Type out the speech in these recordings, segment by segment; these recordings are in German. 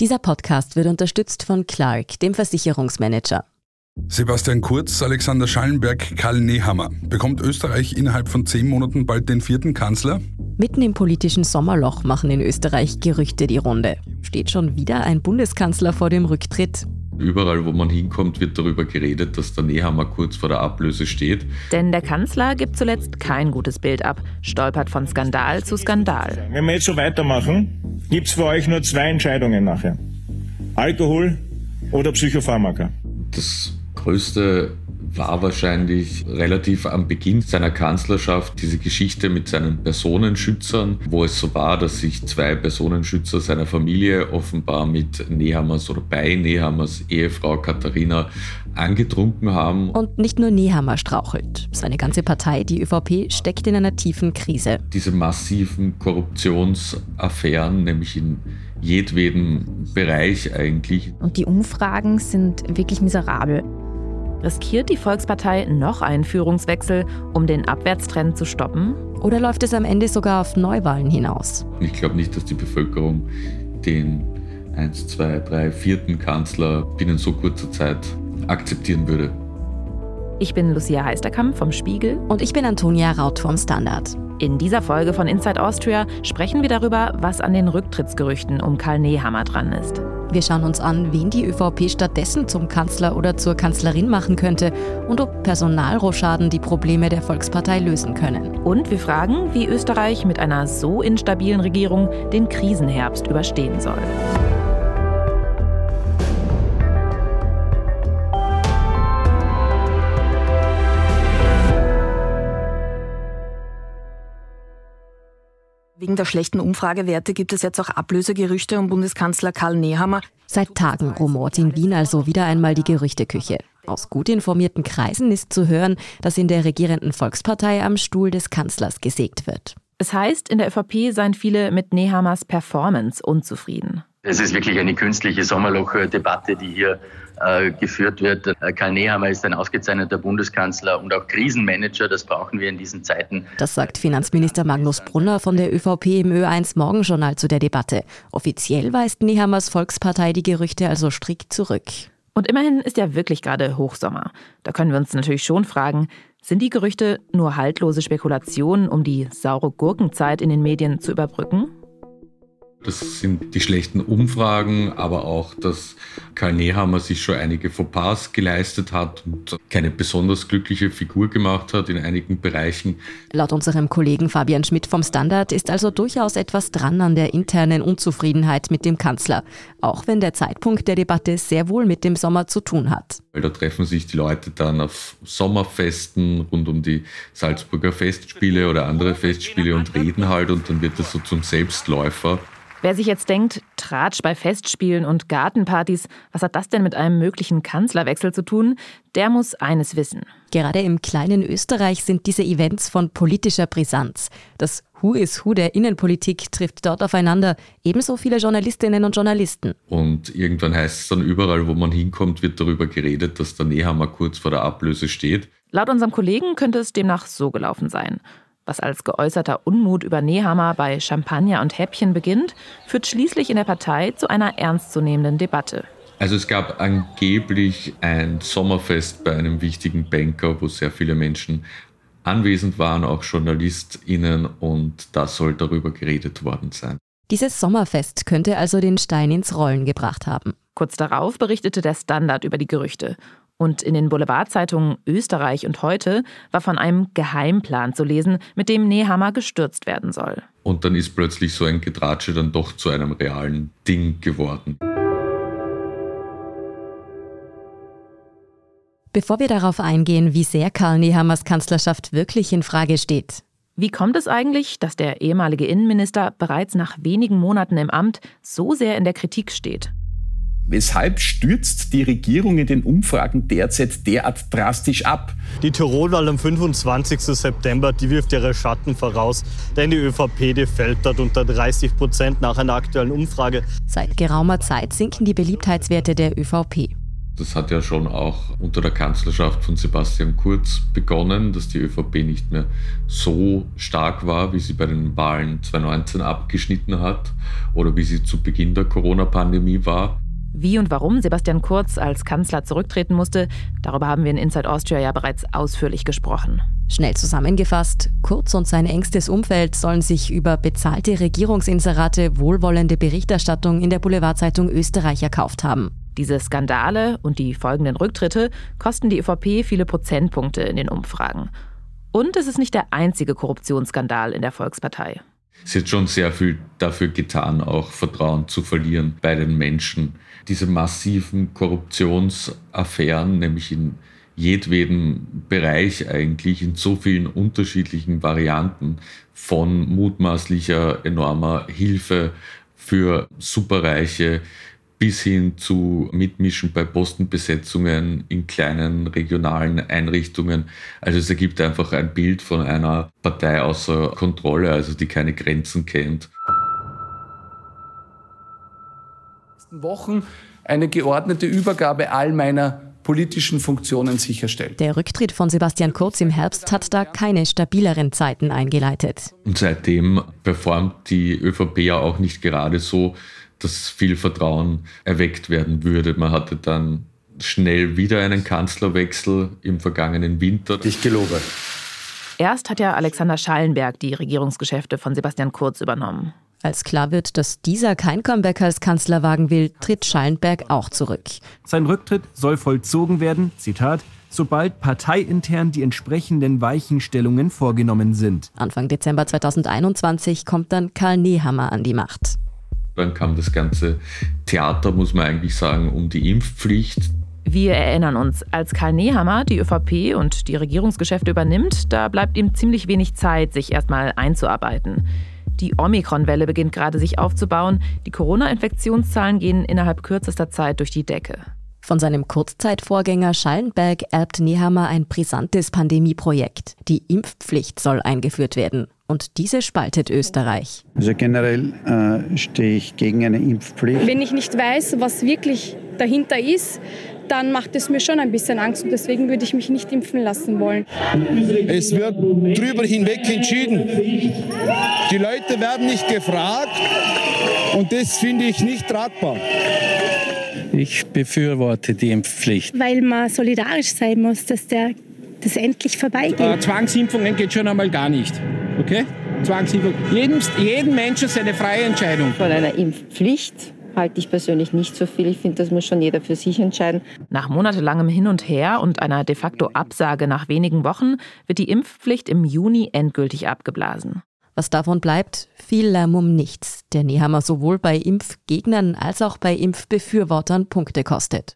Dieser Podcast wird unterstützt von Clark, dem Versicherungsmanager. Sebastian Kurz, Alexander Schallenberg, Karl Nehammer. Bekommt Österreich innerhalb von 10 Monaten bald den 4. Kanzler? Mitten im politischen Sommerloch machen in Österreich Gerüchte die Runde. Steht schon wieder ein Bundeskanzler vor dem Rücktritt? Überall, wo man hinkommt, wird darüber geredet, dass der Nehammer kurz vor der Ablöse steht. Denn der Kanzler gibt zuletzt kein gutes Bild ab, stolpert von Skandal zu Skandal. Wenn wir jetzt so weitermachen, gibt es für euch nur 2 Entscheidungen nachher. Alkohol oder Psychopharmaka. Das Größte war wahrscheinlich relativ am Beginn seiner Kanzlerschaft diese Geschichte mit seinen Personenschützern, wo es so war, dass sich 2 Personenschützer seiner Familie offenbar mit Nehammers oder bei Nehammers Ehefrau Katharina angetrunken haben. Und nicht nur Nehammer strauchelt. Seine ganze Partei, die ÖVP, steckt in einer tiefen Krise. Diese massiven Korruptionsaffären, nämlich in jedwedem Bereich eigentlich. Und die Umfragen sind wirklich miserabel. Riskiert die Volkspartei noch einen Führungswechsel, um den Abwärtstrend zu stoppen? Oder läuft es am Ende sogar auf Neuwahlen hinaus? Ich glaube nicht, dass die Bevölkerung den 1, 2, 3, 4. Kanzler binnen so kurzer Zeit akzeptieren würde. Ich bin Lucia Heisterkamp vom Spiegel. Und ich bin Antonia Raut vom Standard. In dieser Folge von Inside Austria sprechen wir darüber, was an den Rücktrittsgerüchten um Karl Nehammer dran ist. Wir schauen uns an, wen die ÖVP stattdessen zum Kanzler oder zur Kanzlerin machen könnte und ob Personalrochaden die Probleme der Volkspartei lösen können. Und wir fragen, wie Österreich mit einer so instabilen Regierung den Krisenherbst überstehen soll. Wegen der schlechten Umfragewerte gibt es jetzt auch Ablösegerüchte um Bundeskanzler Karl Nehammer. Seit Tagen rumort in Wien also wieder einmal die Gerüchteküche. Aus gut informierten Kreisen ist zu hören, dass in der regierenden Volkspartei am Stuhl des Kanzlers gesägt wird. Es heißt, in der ÖVP seien viele mit Nehammers Performance unzufrieden. Es ist wirklich eine künstliche Sommerloch-Debatte, die hier geführt wird. Karl Nehammer ist ein ausgezeichneter Bundeskanzler und auch Krisenmanager, das brauchen wir in diesen Zeiten. Das sagt Finanzminister Magnus Brunner von der ÖVP im Ö1 Morgenjournal zu der Debatte. Offiziell weist Nehammers Volkspartei die Gerüchte also strikt zurück. Und immerhin ist ja wirklich gerade Hochsommer. Da können wir uns natürlich schon fragen, sind die Gerüchte nur haltlose Spekulationen, um die saure Gurkenzeit in den Medien zu überbrücken? Das sind die schlechten Umfragen, aber auch, dass Karl Nehammer sich schon einige Fauxpas geleistet hat und keine besonders glückliche Figur gemacht hat in einigen Bereichen. Laut unserem Kollegen Fabian Schmidt vom Standard ist also durchaus etwas dran an der internen Unzufriedenheit mit dem Kanzler, auch wenn der Zeitpunkt der Debatte sehr wohl mit dem Sommer zu tun hat. Weil da treffen sich die Leute dann auf Sommerfesten rund um die Salzburger Festspiele oder andere Festspiele und reden halt und dann wird das so zum Selbstläufer. Wer sich jetzt denkt, Tratsch bei Festspielen und Gartenpartys, was hat das denn mit einem möglichen Kanzlerwechsel zu tun, der muss eines wissen. Gerade im kleinen Österreich sind diese Events von politischer Brisanz. Das Who is Who der Innenpolitik trifft dort aufeinander, ebenso viele Journalistinnen und Journalisten. Und irgendwann heißt es dann überall, wo man hinkommt, wird darüber geredet, dass der Nehammer kurz vor der Ablöse steht. Laut unserem Kollegen könnte es demnach so gelaufen sein. Was als geäußerter Unmut über Nehammer bei Champagner und Häppchen beginnt, führt schließlich in der Partei zu einer ernstzunehmenden Debatte. Also es gab angeblich ein Sommerfest bei einem wichtigen Banker, wo sehr viele Menschen anwesend waren, auch JournalistInnen, und da soll darüber geredet worden sein. Dieses Sommerfest könnte also den Stein ins Rollen gebracht haben. Kurz darauf berichtete der Standard über die Gerüchte. Und in den Boulevardzeitungen Österreich und Heute war von einem Geheimplan zu lesen, mit dem Nehammer gestürzt werden soll. Und dann ist plötzlich so ein Getratsche dann doch zu einem realen Ding geworden. Bevor wir darauf eingehen, wie sehr Karl Nehammers Kanzlerschaft wirklich in Frage steht. Wie kommt es eigentlich, dass der ehemalige Innenminister bereits nach wenigen Monaten im Amt so sehr in der Kritik steht? Weshalb stürzt die Regierung in den Umfragen derzeit derart drastisch ab? Die Tirolwahl am 25. September, die wirft ihre Schatten voraus, denn die ÖVP, die fällt dort unter 30% nach einer aktuellen Umfrage. Seit geraumer Zeit sinken die Beliebtheitswerte der ÖVP. Das hat ja schon auch unter der Kanzlerschaft von Sebastian Kurz begonnen, dass die ÖVP nicht mehr so stark war, wie sie bei den Wahlen 2019 abgeschnitten hat oder wie sie zu Beginn der Corona-Pandemie war. Wie und warum Sebastian Kurz als Kanzler zurücktreten musste, darüber haben wir in Inside Austria ja bereits ausführlich gesprochen. Schnell zusammengefasst, Kurz und sein engstes Umfeld sollen sich über bezahlte Regierungsinserate wohlwollende Berichterstattung in der Boulevardzeitung Österreich erkauft haben. Diese Skandale und die folgenden Rücktritte kosten die ÖVP viele Prozentpunkte in den Umfragen. Und es ist nicht der einzige Korruptionsskandal in der Volkspartei. Es wird schon sehr viel dafür getan, auch Vertrauen zu verlieren bei den Menschen. Diese massiven Korruptionsaffären, nämlich in jedwedem Bereich eigentlich, in so vielen unterschiedlichen Varianten, von mutmaßlicher enormer Hilfe für Superreiche bis hin zu Mitmischen bei Postenbesetzungen in kleinen regionalen Einrichtungen. Also es ergibt einfach ein Bild von einer Partei außer Kontrolle, also die keine Grenzen kennt. Wochen eine geordnete Übergabe all meiner politischen Funktionen sicherstellen. Der Rücktritt von Sebastian Kurz im Herbst hat da keine stabileren Zeiten eingeleitet. Und seitdem performt die ÖVP ja auch nicht gerade so, dass viel Vertrauen erweckt werden würde. Man hatte dann schnell wieder einen Kanzlerwechsel im vergangenen Winter. Ich gelobe. Erst hat ja Alexander Schallenberg die Regierungsgeschäfte von Sebastian Kurz übernommen. Als klar wird, dass dieser kein Comeback als Kanzler wagen will, tritt Schallenberg auch zurück. Sein Rücktritt soll vollzogen werden, Zitat, sobald parteiintern die entsprechenden Weichenstellungen vorgenommen sind. Anfang Dezember 2021 kommt dann Karl Nehammer an die Macht. Dann kam das ganze Theater, muss man eigentlich sagen, um die Impfpflicht. Wir erinnern uns, als Karl Nehammer die ÖVP und die Regierungsgeschäfte übernimmt, da bleibt ihm ziemlich wenig Zeit, sich erstmal einzuarbeiten. Die Omikron-Welle beginnt gerade sich aufzubauen. Die Corona-Infektionszahlen gehen innerhalb kürzester Zeit durch die Decke. Von seinem Kurzzeitvorgänger Schallenberg erbt Nehammer ein brisantes Pandemieprojekt. Die Impfpflicht soll eingeführt werden. Und diese spaltet Österreich. Also generell stehe ich gegen eine Impfpflicht. Wenn ich nicht weiß, was wirklich dahinter ist, dann macht es mir schon ein bisschen Angst und deswegen würde ich mich nicht impfen lassen wollen. Es wird drüber hinweg entschieden. Die Leute werden nicht gefragt und das finde ich nicht tragbar. Ich befürworte die Impfpflicht. Weil man solidarisch sein muss, dass das endlich vorbeigeht. Zwangsimpfungen geht schon einmal gar nicht. Okay? Zwangsimpfung. Jedem Menschen seine freie Entscheidung. Von einer Impfpflicht halte ich persönlich nicht so viel. Ich finde, das muss schon jeder für sich entscheiden. Nach monatelangem Hin und Her und einer de facto Absage nach wenigen Wochen wird die Impfpflicht im Juni endgültig abgeblasen. Was davon bleibt? Viel Lärm um nichts, der Nehammer sowohl bei Impfgegnern als auch bei Impfbefürwortern Punkte kostet.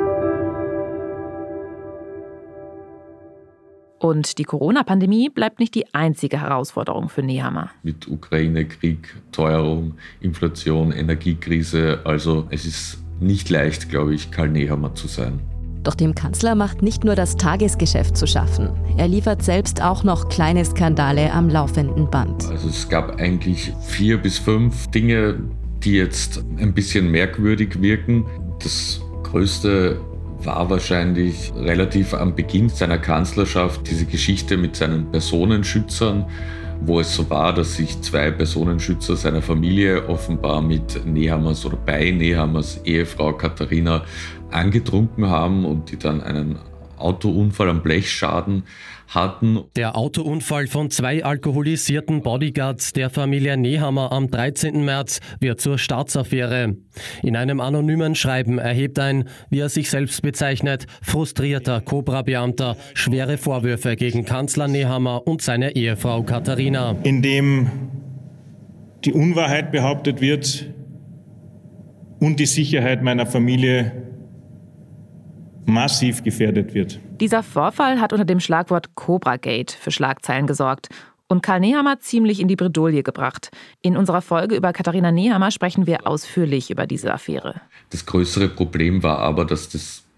Und die Corona-Pandemie bleibt nicht die einzige Herausforderung für Nehammer. Mit Ukraine, Krieg, Teuerung, Inflation, Energiekrise. Also es ist nicht leicht, glaube ich, Karl Nehammer zu sein. Doch dem Kanzler macht nicht nur das Tagesgeschäft zu schaffen. Er liefert selbst auch noch kleine Skandale am laufenden Band. Also es gab eigentlich 4 bis 5 Dinge, die jetzt ein bisschen merkwürdig wirken. Das Größte war wahrscheinlich relativ am Beginn seiner Kanzlerschaft diese Geschichte mit seinen Personenschützern, wo es so war, dass sich 2 Personenschützer seiner Familie offenbar mit Nehammers oder bei Nehammers Ehefrau Katharina angetrunken haben und die dann einen Autounfall am Blechschaden hatten. Der Autounfall von 2 alkoholisierten Bodyguards der Familie Nehammer am 13. März wird zur Staatsaffäre. In einem anonymen Schreiben erhebt ein, wie er sich selbst bezeichnet, frustrierter Cobra-Beamter schwere Vorwürfe gegen Kanzler Nehammer und seine Ehefrau Katharina. Indem die Unwahrheit behauptet wird und die Sicherheit meiner Familie massiv gefährdet wird. Dieser Vorfall hat unter dem Schlagwort Cobra-Gate für Schlagzeilen gesorgt und Karl Nehammer ziemlich in die Bredouille gebracht. In unserer Folge über Katharina Nehammer sprechen wir ausführlich über diese Affäre. Das größere Problem war aber, dass das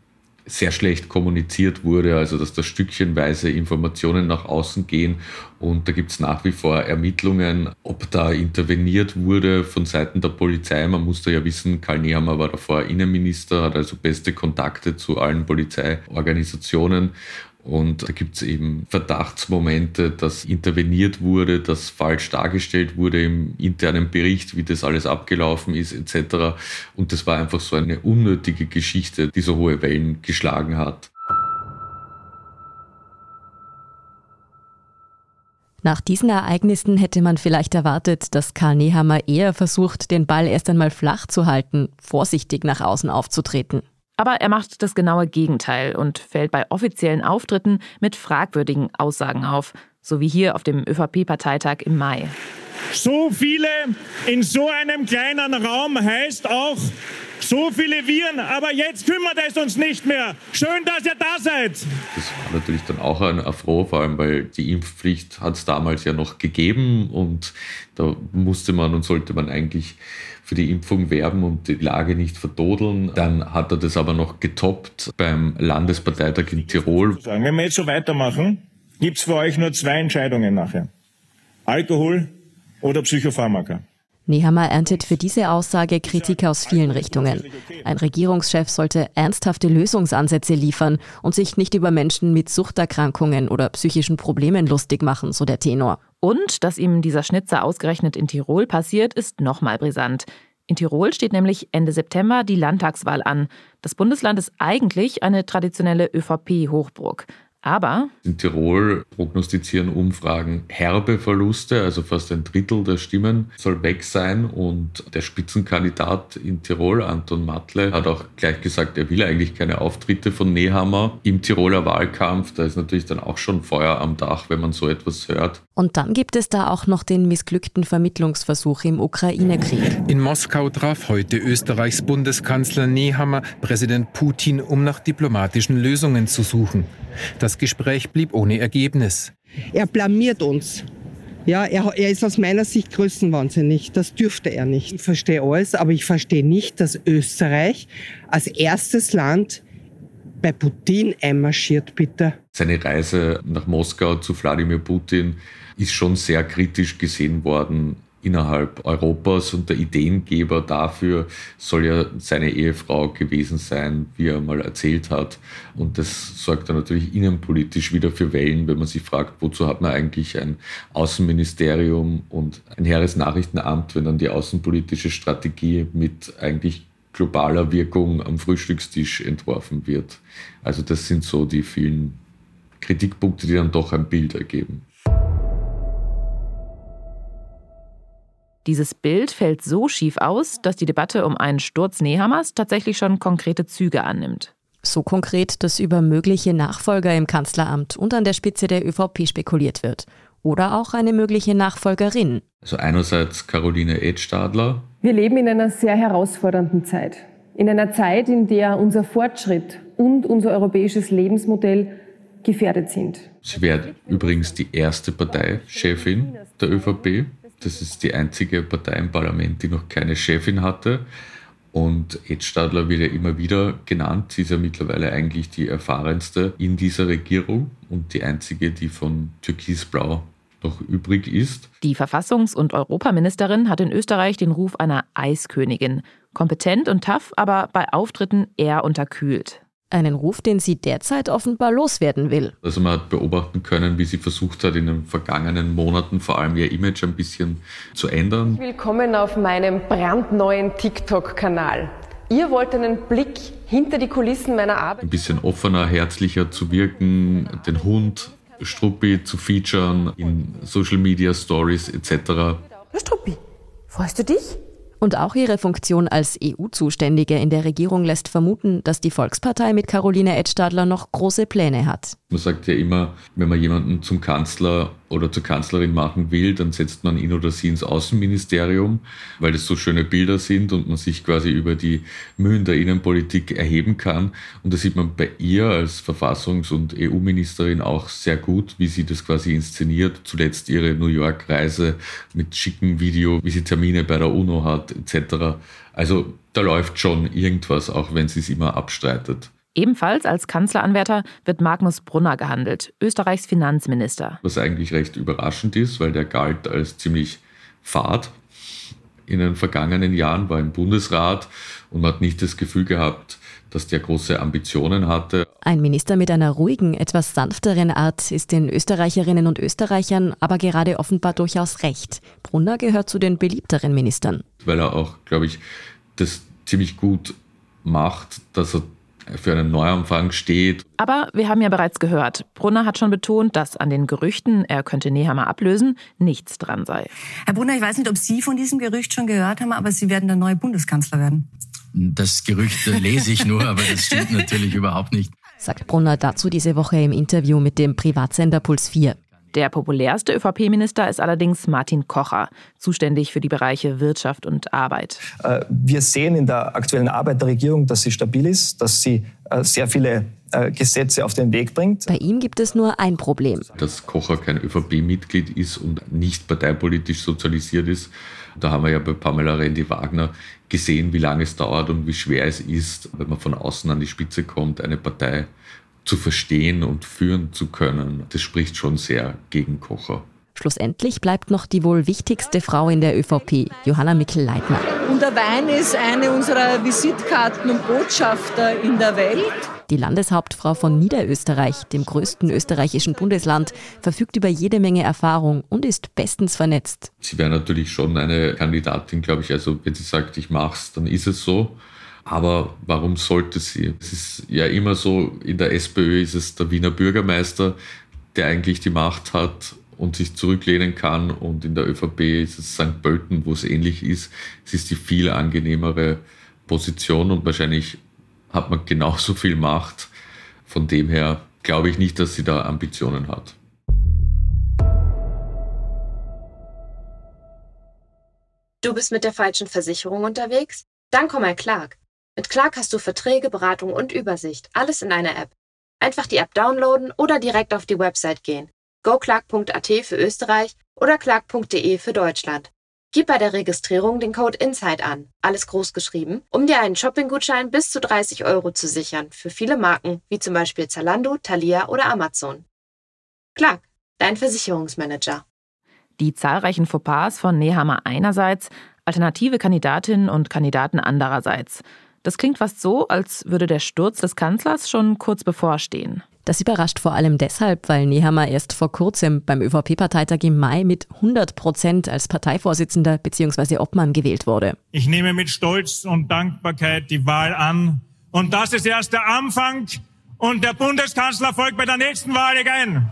sehr schlecht kommuniziert wurde, also dass da stückchenweise Informationen nach außen gehen. Und da gibt es nach wie vor Ermittlungen, ob da interveniert wurde von Seiten der Polizei. Man musste ja wissen, Karl Nehammer war davor Innenminister, hat also beste Kontakte zu allen Polizeiorganisationen. Und da gibt es eben Verdachtsmomente, dass interveniert wurde, dass falsch dargestellt wurde im internen Bericht, wie das alles abgelaufen ist etc. Und das war einfach so eine unnötige Geschichte, die so hohe Wellen geschlagen hat. Nach diesen Ereignissen hätte man vielleicht erwartet, dass Karl Nehammer eher versucht, den Ball erst einmal flach zu halten, vorsichtig nach außen aufzutreten. Aber er macht das genaue Gegenteil und fällt bei offiziellen Auftritten mit fragwürdigen Aussagen auf, so wie hier auf dem ÖVP-Parteitag im Mai. So viele in so einem kleinen Raum heißt auch so viele Viren, aber jetzt kümmert es uns nicht mehr. Schön, dass ihr da seid. Das war natürlich dann auch ein Affront, vor allem weil die Impfpflicht hat es damals ja noch gegeben und da musste man und sollte man eigentlich für die Impfung werben und die Lage nicht verdodeln. Dann hat er das aber noch getoppt beim Landesparteitag in Tirol. Wenn wir jetzt so weitermachen, gibt es für euch nur 2 Entscheidungen nachher. Alkohol oder Psychopharmaka. Nehammer erntet für diese Aussage Kritik aus vielen Richtungen. Ein Regierungschef sollte ernsthafte Lösungsansätze liefern und sich nicht über Menschen mit Suchterkrankungen oder psychischen Problemen lustig machen, so der Tenor. Und dass ihm dieser Schnitzer ausgerechnet in Tirol passiert, ist nochmal brisant. In Tirol steht nämlich Ende September die Landtagswahl an. Das Bundesland ist eigentlich eine traditionelle ÖVP-Hochburg. Aber in Tirol prognostizieren Umfragen herbe Verluste, also fast ein Drittel der Stimmen soll weg sein. Und der Spitzenkandidat in Tirol, Anton Matle, hat auch gleich gesagt, er will eigentlich keine Auftritte von Nehammer im Tiroler Wahlkampf. Da ist natürlich dann auch schon Feuer am Dach, wenn man so etwas hört. Und dann gibt es da auch noch den missglückten Vermittlungsversuch im Ukraine-Krieg. In Moskau traf heute Österreichs Bundeskanzler Nehammer Präsident Putin, um nach diplomatischen Lösungen zu suchen. Das Gespräch blieb ohne Ergebnis. Er blamiert uns. Ja, er ist aus meiner Sicht größenwahnsinnig. Das dürfte er nicht. Ich verstehe alles, aber ich verstehe nicht, dass Österreich als erstes Land bei Putin einmarschiert, bitte. Seine Reise nach Moskau zu Wladimir Putin ist schon sehr kritisch gesehen worden innerhalb Europas und der Ideengeber dafür soll ja seine Ehefrau gewesen sein, wie er mal erzählt hat. Und das sorgt dann natürlich innenpolitisch wieder für Wellen, wenn man sich fragt, wozu hat man eigentlich ein Außenministerium und ein Heeresnachrichtenamt, wenn dann die außenpolitische Strategie mit eigentlich globaler Wirkung am Frühstückstisch entworfen wird. Also das sind so die vielen Kritikpunkte, die dann doch ein Bild ergeben. Dieses Bild fällt so schief aus, dass die Debatte um einen Sturz Nehammers tatsächlich schon konkrete Züge annimmt. So konkret, dass über mögliche Nachfolger im Kanzleramt und an der Spitze der ÖVP spekuliert wird. Oder auch eine mögliche Nachfolgerin. Also einerseits Caroline Edstadler. Wir leben in einer sehr herausfordernden Zeit. In einer Zeit, in der unser Fortschritt und unser europäisches Lebensmodell gefährdet sind. Sie wäre übrigens die erste Parteichefin der ÖVP. Das ist die einzige Partei im Parlament, die noch keine Chefin hatte. Und Edstadler wird ja immer wieder genannt. Sie ist ja mittlerweile eigentlich die erfahrenste in dieser Regierung und die einzige, die von Türkisblau noch übrig ist. Die Verfassungs- und Europaministerin hat in Österreich den Ruf einer Eiskönigin. Kompetent und tough, aber bei Auftritten eher unterkühlt. Einen Ruf, den sie derzeit offenbar loswerden will. Also man hat beobachten können, wie sie versucht hat, in den vergangenen Monaten vor allem ihr Image ein bisschen zu ändern. Willkommen auf meinem brandneuen TikTok-Kanal. Ihr wollt einen Blick hinter die Kulissen meiner Arbeit. Ein bisschen offener, herzlicher zu wirken, den Hund Struppi zu featuren in Social Media Stories etc. Struppi, freust du dich? Und auch ihre Funktion als EU-Zuständige in der Regierung lässt vermuten, dass die Volkspartei mit Caroline Edstadler noch große Pläne hat. Man sagt ja immer, wenn man jemanden zum Kanzler oder zur Kanzlerin machen will, dann setzt man ihn oder sie ins Außenministerium, weil das so schöne Bilder sind und man sich quasi über die Mühen der Innenpolitik erheben kann. Und das sieht man bei ihr als Verfassungs- und EU-Ministerin auch sehr gut, wie sie das quasi inszeniert. Zuletzt ihre New York-Reise mit schicken Video, wie sie Termine bei der UNO hat, etc. Also da läuft schon irgendwas, auch wenn sie es immer abstreitet. Ebenfalls als Kanzleranwärter wird Magnus Brunner gehandelt, Österreichs Finanzminister. Was eigentlich recht überraschend ist, weil der galt als ziemlich fad in den vergangenen Jahren, war im Bundesrat und man hat nicht das Gefühl gehabt, dass der große Ambitionen hatte. Ein Minister mit einer ruhigen, etwas sanfteren Art ist den Österreicherinnen und Österreichern aber gerade offenbar durchaus recht. Brunner gehört zu den beliebteren Ministern. Weil er auch, glaube ich, das ziemlich gut macht, dass er für einen Neuanfang steht. Aber wir haben ja bereits gehört, Brunner hat schon betont, dass an den Gerüchten, er könnte Nehammer ablösen, nichts dran sei. Herr Brunner, ich weiß nicht, ob Sie von diesem Gerücht schon gehört haben, aber Sie werden der neue Bundeskanzler werden. Das Gerücht lese ich nur, aber das stimmt natürlich überhaupt nicht. Sagt Brunner dazu diese Woche im Interview mit dem Privatsender Puls 4. Der populärste ÖVP-Minister ist allerdings Martin Kocher, zuständig für die Bereiche Wirtschaft und Arbeit. Wir sehen in der aktuellen Arbeit der Regierung, dass sie stabil ist, dass sie sehr viele Gesetze auf den Weg bringt. Bei ihm gibt es nur ein Problem. Dass Kocher kein ÖVP-Mitglied ist und nicht parteipolitisch sozialisiert ist. Da haben wir ja bei Pamela Rendi-Wagner gesehen, wie lange es dauert und wie schwer es ist, wenn man von außen an die Spitze kommt, eine Partei zu verstehen und führen zu können. Das spricht schon sehr gegen Kocher. Schlussendlich bleibt noch die wohl wichtigste Frau in der ÖVP, Johanna Mikl-Leitner. Und der Wein ist eine unserer Visitkarten und Botschafter in der Welt. Die Landeshauptfrau von Niederösterreich, dem größten österreichischen Bundesland, verfügt über jede Menge Erfahrung und ist bestens vernetzt. Sie wäre natürlich schon eine Kandidatin, glaube ich. Also wenn sie sagt, ich mach's, dann ist es so. Aber warum sollte sie? Es ist ja immer so, in der SPÖ ist es der Wiener Bürgermeister, der eigentlich die Macht hat und sich zurücklehnen kann. Und in der ÖVP ist es St. Pölten, wo es ähnlich ist. Es ist die viel angenehmere Position und wahrscheinlich hat man genauso viel Macht. Von dem her glaube ich nicht, dass sie da Ambitionen hat. Du bist mit der falschen Versicherung unterwegs? Dann komm mal Clark. Mit Clark hast du Verträge, Beratung und Übersicht. Alles in einer App. Einfach die App downloaden oder direkt auf die Website gehen. goclark.at für Österreich oder clark.de für Deutschland. Gib bei der Registrierung den Code INSIDE an, alles groß geschrieben, um dir einen Shoppinggutschein bis zu 30 € zu sichern für viele Marken, wie zum Beispiel Zalando, Thalia oder Amazon. Clark, dein Versicherungsmanager. Die zahlreichen Fauxpas von Nehammer einerseits, alternative Kandidatinnen und Kandidaten andererseits. Das klingt fast so, als würde der Sturz des Kanzlers schon kurz bevorstehen. Das überrascht vor allem deshalb, weil Nehammer erst vor kurzem beim ÖVP-Parteitag im Mai mit 100% als Parteivorsitzender bzw. Obmann gewählt wurde. Ich nehme mit Stolz und Dankbarkeit die Wahl an. Und das ist erst der Anfang. Und der Bundeskanzler folgt bei der nächsten Wahl ein.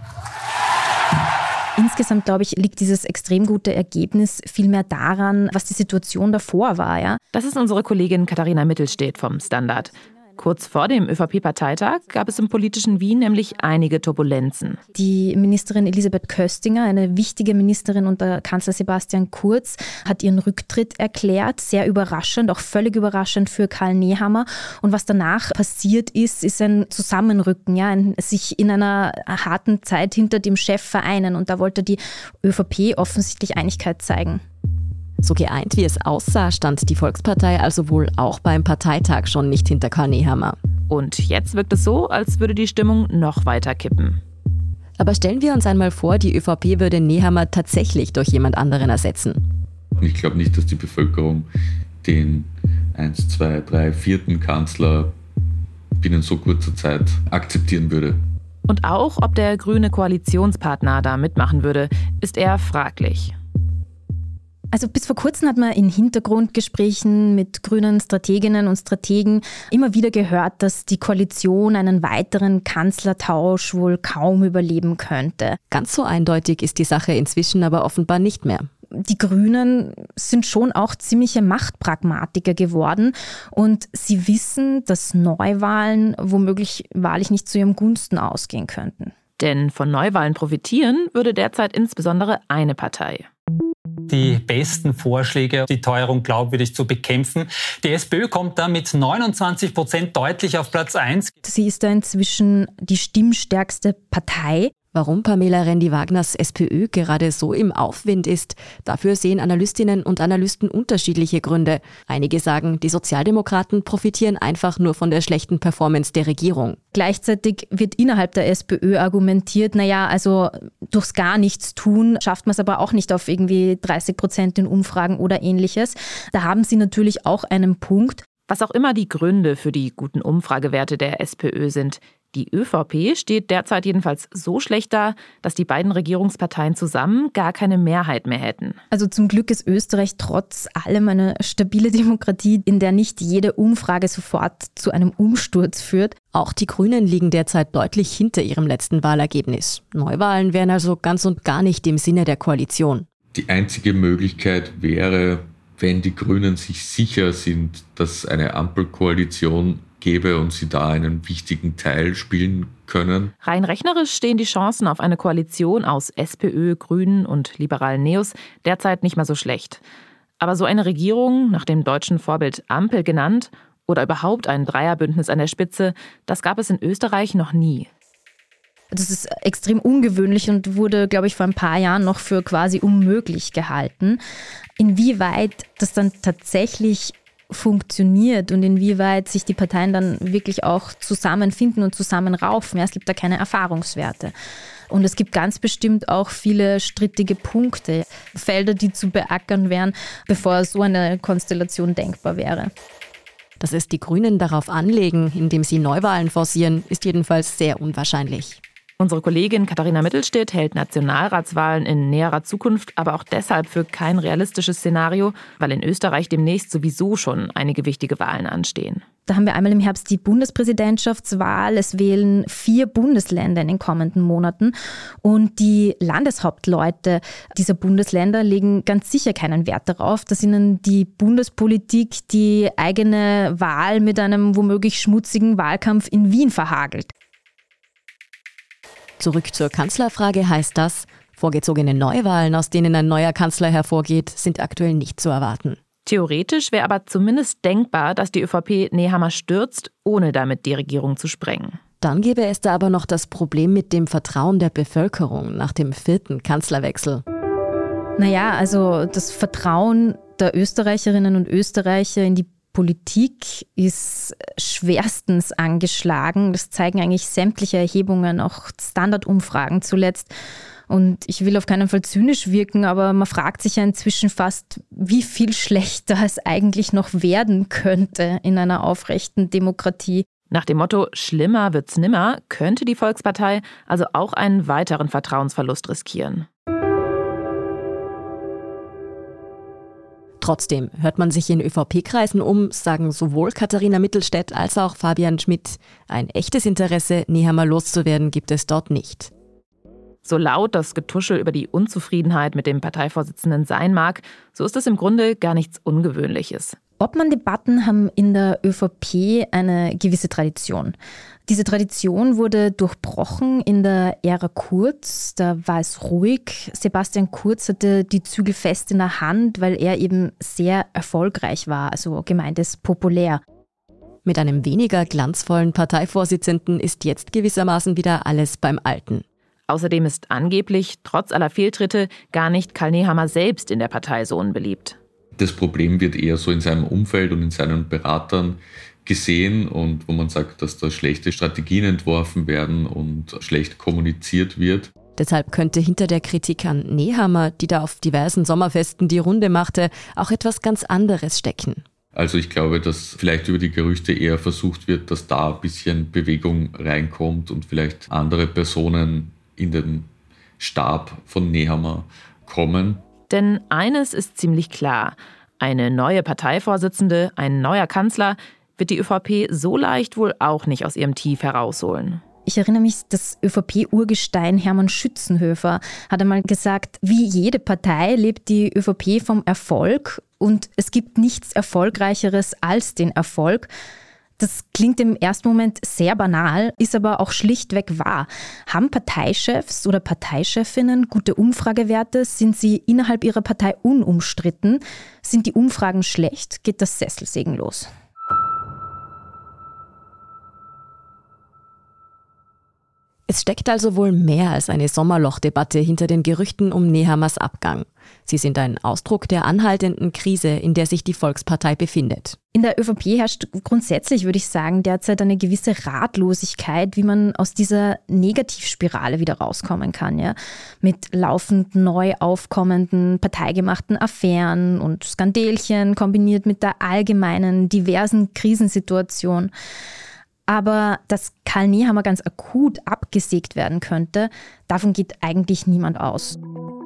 Insgesamt, glaube ich, liegt dieses extrem gute Ergebnis viel mehr daran, was die Situation davor war. Ja? Das ist unsere Kollegin Katharina Mittelstedt vom Standard. Kurz vor dem ÖVP-Parteitag gab es im politischen Wien nämlich einige Turbulenzen. Die Ministerin Elisabeth Köstinger, eine wichtige Ministerin unter Kanzler Sebastian Kurz, hat ihren Rücktritt erklärt. Sehr überraschend, auch völlig überraschend für Karl Nehammer. Und was danach passiert ist, ist ein Zusammenrücken, ja, sich in einer harten Zeit hinter dem Chef vereinen. Und da wollte die ÖVP offensichtlich Einigkeit zeigen. So geeint wie es aussah, stand die Volkspartei also wohl auch beim Parteitag schon nicht hinter Karl Nehammer. Und jetzt wirkt es so, als würde die Stimmung noch weiter kippen. Aber stellen wir uns einmal vor, die ÖVP würde Nehammer tatsächlich durch jemand anderen ersetzen. Ich glaube nicht, dass die Bevölkerung den 1, 2, 3, 4. Kanzler binnen so kurzer Zeit akzeptieren würde. Und auch, ob der grüne Koalitionspartner da mitmachen würde, ist eher fraglich. Also bis vor kurzem hat man in Hintergrundgesprächen mit grünen Strateginnen und Strategen immer wieder gehört, dass die Koalition einen weiteren Kanzlertausch wohl kaum überleben könnte. Ganz so eindeutig ist die Sache inzwischen aber offenbar nicht mehr. Die Grünen sind schon auch ziemliche Machtpragmatiker geworden und sie wissen, dass Neuwahlen womöglich wahrlich nicht zu ihrem Gunsten ausgehen könnten. Denn von Neuwahlen profitieren würde derzeit insbesondere eine Partei. Die besten Vorschläge, die Teuerung glaubwürdig zu bekämpfen. Die SPÖ kommt da mit 29% deutlich auf Platz 1. Sie ist da inzwischen die stimmstärkste Partei. Warum Pamela Rendi-Wagners SPÖ gerade so im Aufwind ist, dafür sehen Analystinnen und Analysten unterschiedliche Gründe. Einige sagen, die Sozialdemokraten profitieren einfach nur von der schlechten Performance der Regierung. Gleichzeitig wird innerhalb der SPÖ argumentiert, also durchs gar nichts tun schafft man es aber auch nicht auf irgendwie 30% in Umfragen oder ähnliches. Da haben sie natürlich auch einen Punkt. Was auch immer die Gründe für die guten Umfragewerte der SPÖ sind, die ÖVP steht derzeit jedenfalls so schlecht da, dass die beiden Regierungsparteien zusammen gar keine Mehrheit mehr hätten. Also zum Glück ist Österreich trotz allem eine stabile Demokratie, in der nicht jede Umfrage sofort zu einem Umsturz führt. Auch die Grünen liegen derzeit deutlich hinter ihrem letzten Wahlergebnis. Neuwahlen wären also ganz und gar nicht im Sinne der Koalition. Die einzige Möglichkeit wäre, wenn die Grünen sich sicher sind, dass eine Ampelkoalition gäbe und sie da einen wichtigen Teil spielen können. Rein rechnerisch stehen die Chancen auf eine Koalition aus SPÖ, Grünen und liberalen Neos derzeit nicht mehr so schlecht. Aber so eine Regierung, nach dem deutschen Vorbild Ampel genannt, oder überhaupt ein Dreierbündnis an der Spitze, das gab es in Österreich noch nie. Das ist extrem ungewöhnlich und wurde, glaube ich, vor ein paar Jahren noch für quasi unmöglich gehalten. Inwieweit das dann tatsächlich funktioniert und inwieweit sich die Parteien dann wirklich auch zusammenfinden und zusammenraufen. Es gibt da keine Erfahrungswerte. Und es gibt ganz bestimmt auch viele strittige Punkte, Felder, die zu beackern wären, bevor so eine Konstellation denkbar wäre. Dass es die Grünen darauf anlegen, indem sie Neuwahlen forcieren, ist jedenfalls sehr unwahrscheinlich. Unsere Kollegin Katharina Mittelstedt hält Nationalratswahlen in näherer Zukunft aber auch deshalb für kein realistisches Szenario, weil in Österreich demnächst sowieso schon einige wichtige Wahlen anstehen. Da haben wir einmal im Herbst die Bundespräsidentschaftswahl. Es wählen 4 Bundesländer in den kommenden Monaten. Und die Landeshauptleute dieser Bundesländer legen ganz sicher keinen Wert darauf, dass ihnen die Bundespolitik die eigene Wahl mit einem womöglich schmutzigen Wahlkampf in Wien verhagelt. Zurück zur Kanzlerfrage heißt das, vorgezogene Neuwahlen, aus denen ein neuer Kanzler hervorgeht, sind aktuell nicht zu erwarten. Theoretisch wäre aber zumindest denkbar, dass die ÖVP Nehammer stürzt, ohne damit die Regierung zu sprengen. Dann gäbe es da aber noch das Problem mit dem Vertrauen der Bevölkerung nach dem 4. Kanzlerwechsel. Also das Vertrauen der Österreicherinnen und Österreicher in die Politik ist schwerstens angeschlagen. Das zeigen eigentlich sämtliche Erhebungen, auch Standardumfragen zuletzt. Und ich will auf keinen Fall zynisch wirken, aber man fragt sich ja inzwischen fast, wie viel schlechter es eigentlich noch werden könnte in einer aufrechten Demokratie. Nach dem Motto schlimmer wird's nimmer könnte die Volkspartei also auch einen weiteren Vertrauensverlust riskieren. Trotzdem hört man sich in ÖVP-Kreisen um, sagen sowohl Katharina Mittelstedt als auch Fabian Schmidt. Ein echtes Interesse, Nehammer loszuwerden, gibt es dort nicht. So laut das Getuschel über die Unzufriedenheit mit dem Parteivorsitzenden sein mag, so ist es im Grunde gar nichts Ungewöhnliches. Obmann-Debatten haben in der ÖVP eine gewisse Tradition. Diese Tradition wurde durchbrochen in der Ära Kurz. Da war es ruhig. Sebastian Kurz hatte die Zügel fest in der Hand, weil er eben sehr erfolgreich war, also gemeint ist populär. Mit einem weniger glanzvollen Parteivorsitzenden ist jetzt gewissermaßen wieder alles beim Alten. Außerdem ist angeblich, trotz aller Fehltritte, gar nicht Karl Nehammer selbst in der Partei so unbeliebt. Das Problem wird eher so in seinem Umfeld und in seinen Beratern gesehen und wo man sagt, dass da schlechte Strategien entworfen werden und schlecht kommuniziert wird. Deshalb könnte hinter der Kritik an Nehammer, die da auf diversen Sommerfesten die Runde machte, auch etwas ganz anderes stecken. Also ich glaube, dass vielleicht über die Gerüchte eher versucht wird, dass da ein bisschen Bewegung reinkommt und vielleicht andere Personen in den Stab von Nehammer kommen. Denn eines ist ziemlich klar, eine neue Parteivorsitzende, ein neuer Kanzler wird die ÖVP so leicht wohl auch nicht aus ihrem Tief herausholen. Ich erinnere mich, das ÖVP-Urgestein Hermann Schützenhöfer hat einmal gesagt, wie jede Partei lebt die ÖVP vom Erfolg und es gibt nichts Erfolgreicheres als den Erfolg. Das klingt im ersten Moment sehr banal, ist aber auch schlichtweg wahr. Haben Parteichefs oder Parteichefinnen gute Umfragewerte? Sind sie innerhalb ihrer Partei unumstritten? Sind die Umfragen schlecht? Geht das Sesselsägen los? Es Es steckt also wohl mehr als eine Sommerlochdebatte hinter den Gerüchten um Nehammars Abgang. Sie sind ein Ausdruck der anhaltenden Krise, in der sich die Volkspartei befindet. In der ÖVP herrscht grundsätzlich, würde ich sagen, derzeit eine gewisse Ratlosigkeit, wie man aus dieser Negativspirale wieder rauskommen kann. Ja? Mit laufend neu aufkommenden, parteigemachten Affären und Skandelchen kombiniert mit der allgemeinen, diversen Krisensituation. Aber dass Karl Nehammer ganz akut abgesägt werden könnte, davon geht eigentlich niemand aus.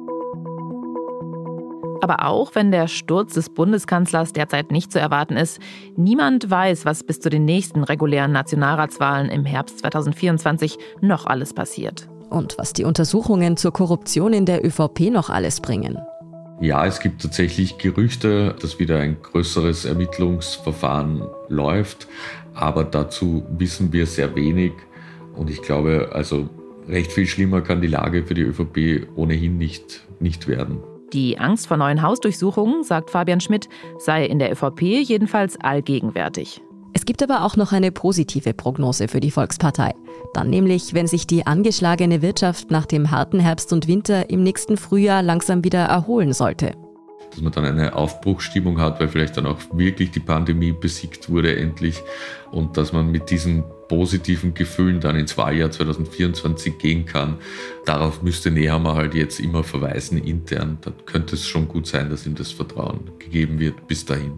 Aber auch wenn der Sturz des Bundeskanzlers derzeit nicht zu erwarten ist, niemand weiß, was bis zu den nächsten regulären Nationalratswahlen im Herbst 2024 noch alles passiert. Und was die Untersuchungen zur Korruption in der ÖVP noch alles bringen. Ja, es gibt tatsächlich Gerüchte, dass wieder ein größeres Ermittlungsverfahren läuft, aber dazu wissen wir sehr wenig und ich glaube, also recht viel schlimmer kann die Lage für die ÖVP ohnehin nicht werden. Die Angst vor neuen Hausdurchsuchungen, sagt Fabian Schmidt, sei in der ÖVP jedenfalls allgegenwärtig. Es gibt aber auch noch eine positive Prognose für die Volkspartei. Dann nämlich, wenn sich die angeschlagene Wirtschaft nach dem harten Herbst und Winter im nächsten Frühjahr langsam wieder erholen sollte. Dass man dann eine Aufbruchsstimmung hat, weil vielleicht dann auch wirklich die Pandemie besiegt wurde endlich und dass man mit diesen positiven Gefühlen dann ins Wahljahr 2024 gehen kann. Darauf müsste Nehammer halt jetzt immer verweisen intern. Da könnte es schon gut sein, dass ihm das Vertrauen gegeben wird bis dahin.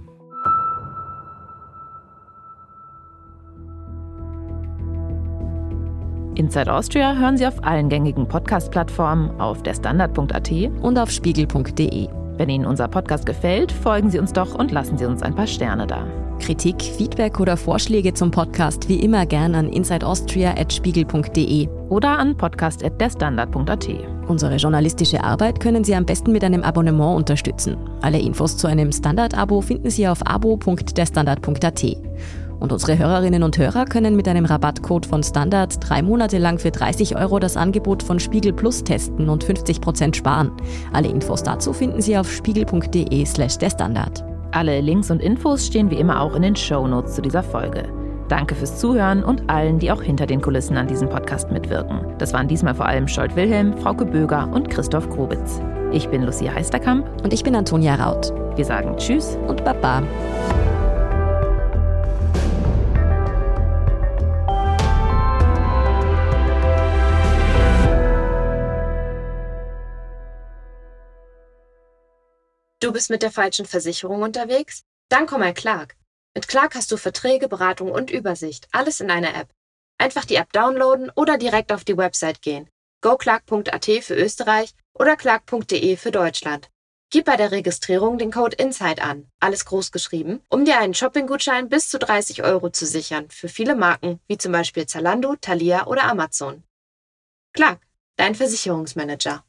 Inside Austria hören Sie auf allen gängigen Podcast-Plattformen, auf derstandard.at und auf spiegel.de. Wenn Ihnen unser Podcast gefällt, folgen Sie uns doch und lassen Sie uns ein paar Sterne da. Kritik, Feedback oder Vorschläge zum Podcast wie immer gern an insideaustria@spiegel.de oder an podcast@derstandard.at. Unsere journalistische Arbeit können Sie am besten mit einem Abonnement unterstützen. Alle Infos zu einem Standard-Abo finden Sie auf abo.derstandard.at. Und unsere Hörerinnen und Hörer können mit einem Rabattcode von Standard 3 Monate lang für 30 € das Angebot von Spiegel Plus testen und 50% sparen. Alle Infos dazu finden Sie auf spiegel.de/derstandard. Alle Links und Infos stehen wie immer auch in den Shownotes zu dieser Folge. Danke fürs Zuhören und allen, die auch hinter den Kulissen an diesem Podcast mitwirken. Das waren diesmal vor allem Scholt Wilhelm, Frauke Böger und Christoph Grubitz. Ich bin Lucia Heisterkamp. Und ich bin Antonia Raut. Wir sagen Tschüss und Baba. Du bist mit der falschen Versicherung unterwegs? Dann komm mal Clark. Mit Clark hast du Verträge, Beratung und Übersicht. Alles in einer App. Einfach die App downloaden oder direkt auf die Website gehen. goclark.at für Österreich oder clark.de für Deutschland. Gib bei der Registrierung den Code INSIDE an, alles groß geschrieben, um dir einen Shopping-Gutschein bis zu 30 € zu sichern für viele Marken, wie zum Beispiel Zalando, Thalia oder Amazon. Clark, dein Versicherungsmanager.